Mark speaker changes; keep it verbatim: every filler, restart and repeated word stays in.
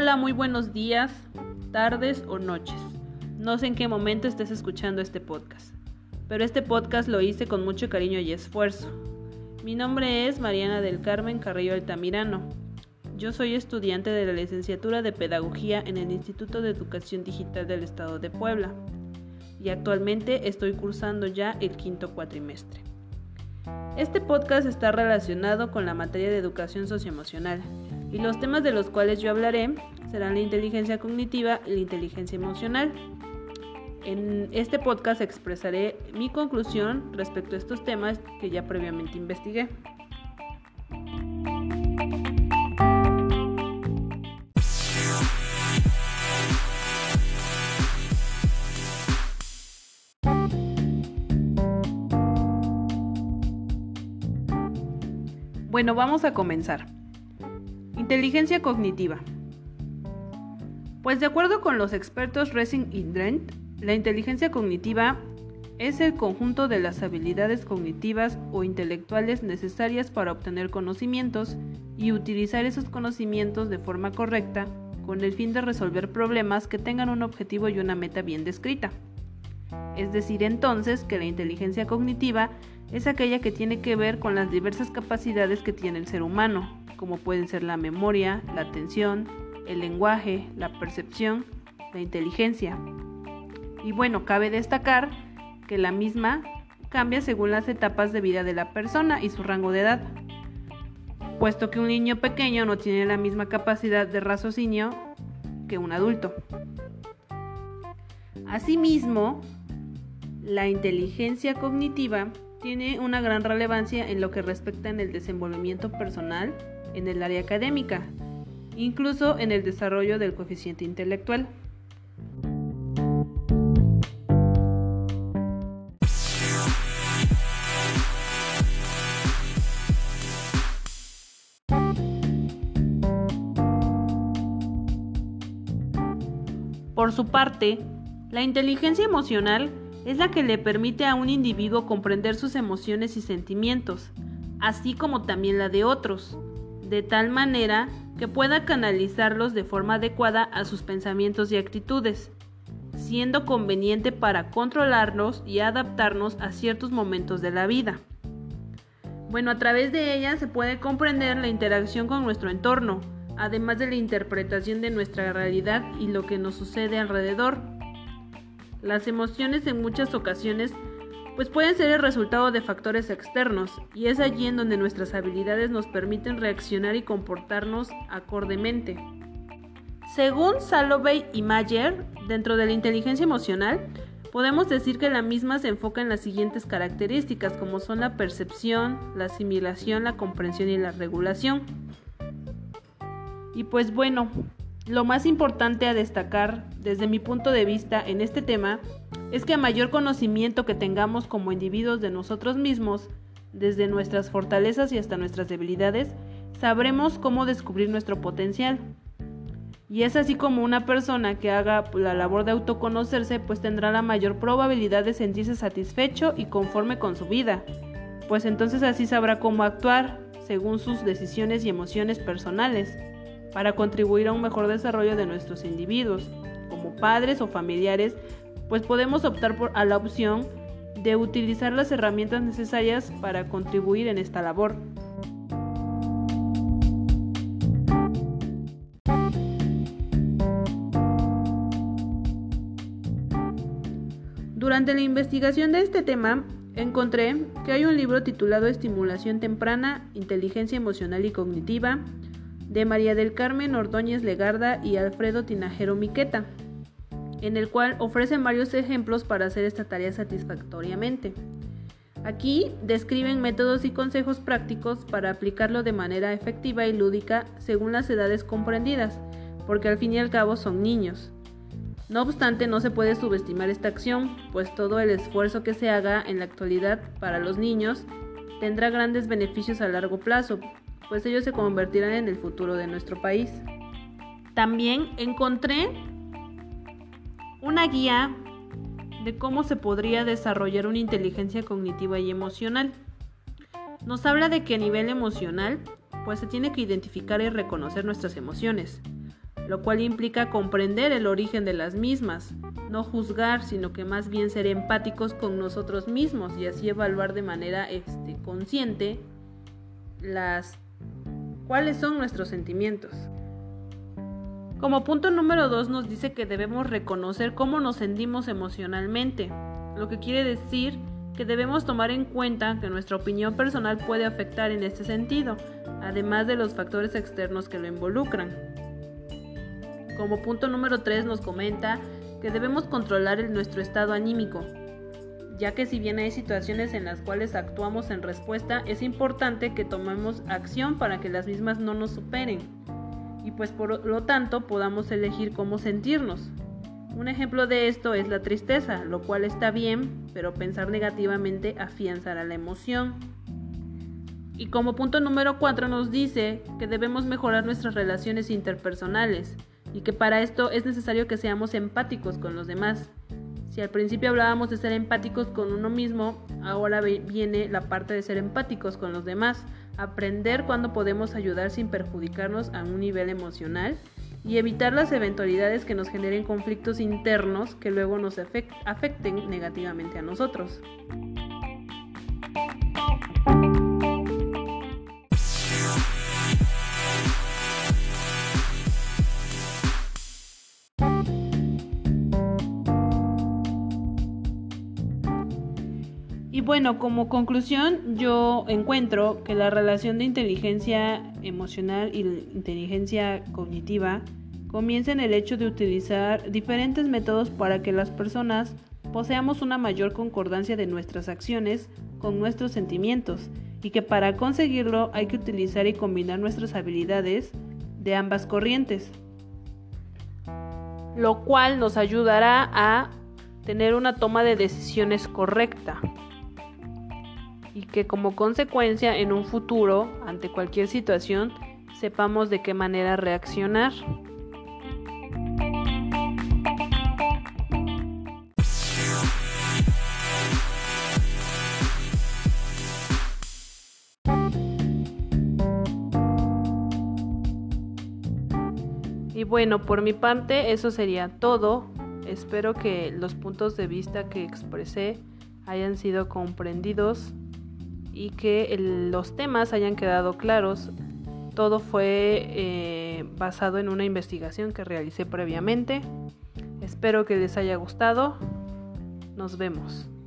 Speaker 1: Hola, muy buenos días, tardes o noches. No sé en qué momento estés escuchando este podcast, pero este podcast lo hice con mucho cariño y esfuerzo. Mi nombre es Mariana del Carmen Carrillo Altamirano. Yo soy estudiante de la licenciatura de Pedagogía en el Instituto de Educación Digital del Estado de Puebla y actualmente estoy cursando ya el quinto cuatrimestre. Este podcast está relacionado con la materia de educación socioemocional y los temas de los cuales yo hablaré serán la inteligencia cognitiva y la inteligencia emocional. En este podcast expresaré mi conclusión respecto a estos temas que ya previamente investigué. Bueno, vamos a comenzar. Inteligencia cognitiva. Pues de acuerdo con los expertos Resing y Drent, la inteligencia cognitiva es el conjunto de las habilidades cognitivas o intelectuales necesarias para obtener conocimientos y utilizar esos conocimientos de forma correcta con el fin de resolver problemas que tengan un objetivo y una meta bien descrita. Es decir, entonces, que la inteligencia cognitiva es aquella que tiene que ver con las diversas capacidades que tiene el ser humano, como pueden ser la memoria, la atención, el lenguaje, la percepción, la inteligencia. Y bueno, cabe destacar que la misma cambia según las etapas de vida de la persona y su rango de edad, puesto que un niño pequeño no tiene la misma capacidad de raciocinio que un adulto. Asimismo, la inteligencia cognitiva tiene una gran relevancia en lo que respecta en el desenvolvimiento personal en el área académica, incluso en el desarrollo del coeficiente intelectual. Por su parte, la inteligencia emocional es la que le permite a un individuo comprender sus emociones y sentimientos, así como también la de otros, de tal manera que pueda canalizarlos de forma adecuada a sus pensamientos y actitudes, siendo conveniente para controlarlos y adaptarnos a ciertos momentos de la vida. Bueno, a través de ella se puede comprender la interacción con nuestro entorno, además de la interpretación de nuestra realidad y lo que nos sucede alrededor. Las emociones en muchas ocasiones pues pueden ser el resultado de factores externos y es allí en donde nuestras habilidades nos permiten reaccionar y comportarnos acordemente. Según Salovey y Mayer, dentro de la inteligencia emocional, podemos decir que la misma se enfoca en las siguientes características, como son la percepción, la asimilación, la comprensión y la regulación. Y pues bueno, lo más importante a destacar desde mi punto de vista en este tema es que a mayor conocimiento que tengamos como individuos de nosotros mismos, desde nuestras fortalezas y hasta nuestras debilidades, sabremos cómo descubrir nuestro potencial. Y es así como una persona que haga la labor de autoconocerse, pues tendrá la mayor probabilidad de sentirse satisfecho y conforme con su vida, pues entonces así sabrá cómo actuar según sus decisiones y emociones personales, para contribuir a un mejor desarrollo de nuestros individuos. Como padres o familiares, pues podemos optar por a la opción de utilizar las herramientas necesarias para contribuir en esta labor. Durante la investigación de este tema, encontré que hay un libro titulado Estimulación temprana, inteligencia emocional y cognitiva, de María del Carmen Ordóñez Legarda y Alfredo Tinajero Miqueta, en el cual ofrecen varios ejemplos para hacer esta tarea satisfactoriamente. Aquí describen métodos y consejos prácticos para aplicarlo de manera efectiva y lúdica según las edades comprendidas, porque al fin y al cabo son niños. No obstante, no se puede subestimar esta acción, pues todo el esfuerzo que se haga en la actualidad para los niños tendrá grandes beneficios a largo plazo, pues ellos se convertirán en el futuro de nuestro país. También encontré una guía de cómo se podría desarrollar una inteligencia cognitiva y emocional. Nos habla de que a nivel emocional, pues se tiene que identificar y reconocer nuestras emociones, lo cual implica comprender el origen de las mismas, no juzgar, sino que más bien ser empáticos con nosotros mismos y así evaluar de manera este, consciente las, cuáles son nuestros sentimientos. Como punto número dos nos dice que debemos reconocer cómo nos sentimos emocionalmente, lo que quiere decir que debemos tomar en cuenta que nuestra opinión personal puede afectar en este sentido, además de los factores externos que lo involucran. Como punto número tres nos comenta que debemos controlar el, nuestro estado anímico, ya que si bien hay situaciones en las cuales actuamos en respuesta, es importante que tomemos acción para que las mismas no nos superen y pues por lo tanto podamos elegir cómo sentirnos. Un ejemplo de esto es la tristeza, lo cual está bien, pero pensar negativamente afianzará la emoción. Y como punto número cuatro nos dice que debemos mejorar nuestras relaciones interpersonales y que para esto es necesario que seamos empáticos con los demás. Si al principio hablábamos de ser empáticos con uno mismo, ahora viene la parte de ser empáticos con los demás, aprender cuándo podemos ayudar sin perjudicarnos a un nivel emocional y evitar las eventualidades que nos generen conflictos internos que luego nos afecten negativamente a nosotros. Y bueno, como conclusión, yo encuentro que la relación de inteligencia emocional y inteligencia cognitiva comienza en el hecho de utilizar diferentes métodos para que las personas poseamos una mayor concordancia de nuestras acciones con nuestros sentimientos y que para conseguirlo hay que utilizar y combinar nuestras habilidades de ambas corrientes, lo cual nos ayudará a tener una toma de decisiones correcta. Y que como consecuencia en un futuro, ante cualquier situación, sepamos de qué manera reaccionar. Y bueno, por mi parte eso sería todo. Espero que los puntos de vista que expresé hayan sido comprendidos y que el, los temas hayan quedado claros. Todo fue eh, basado en una investigación que realicé previamente. Espero que les haya gustado. Nos vemos.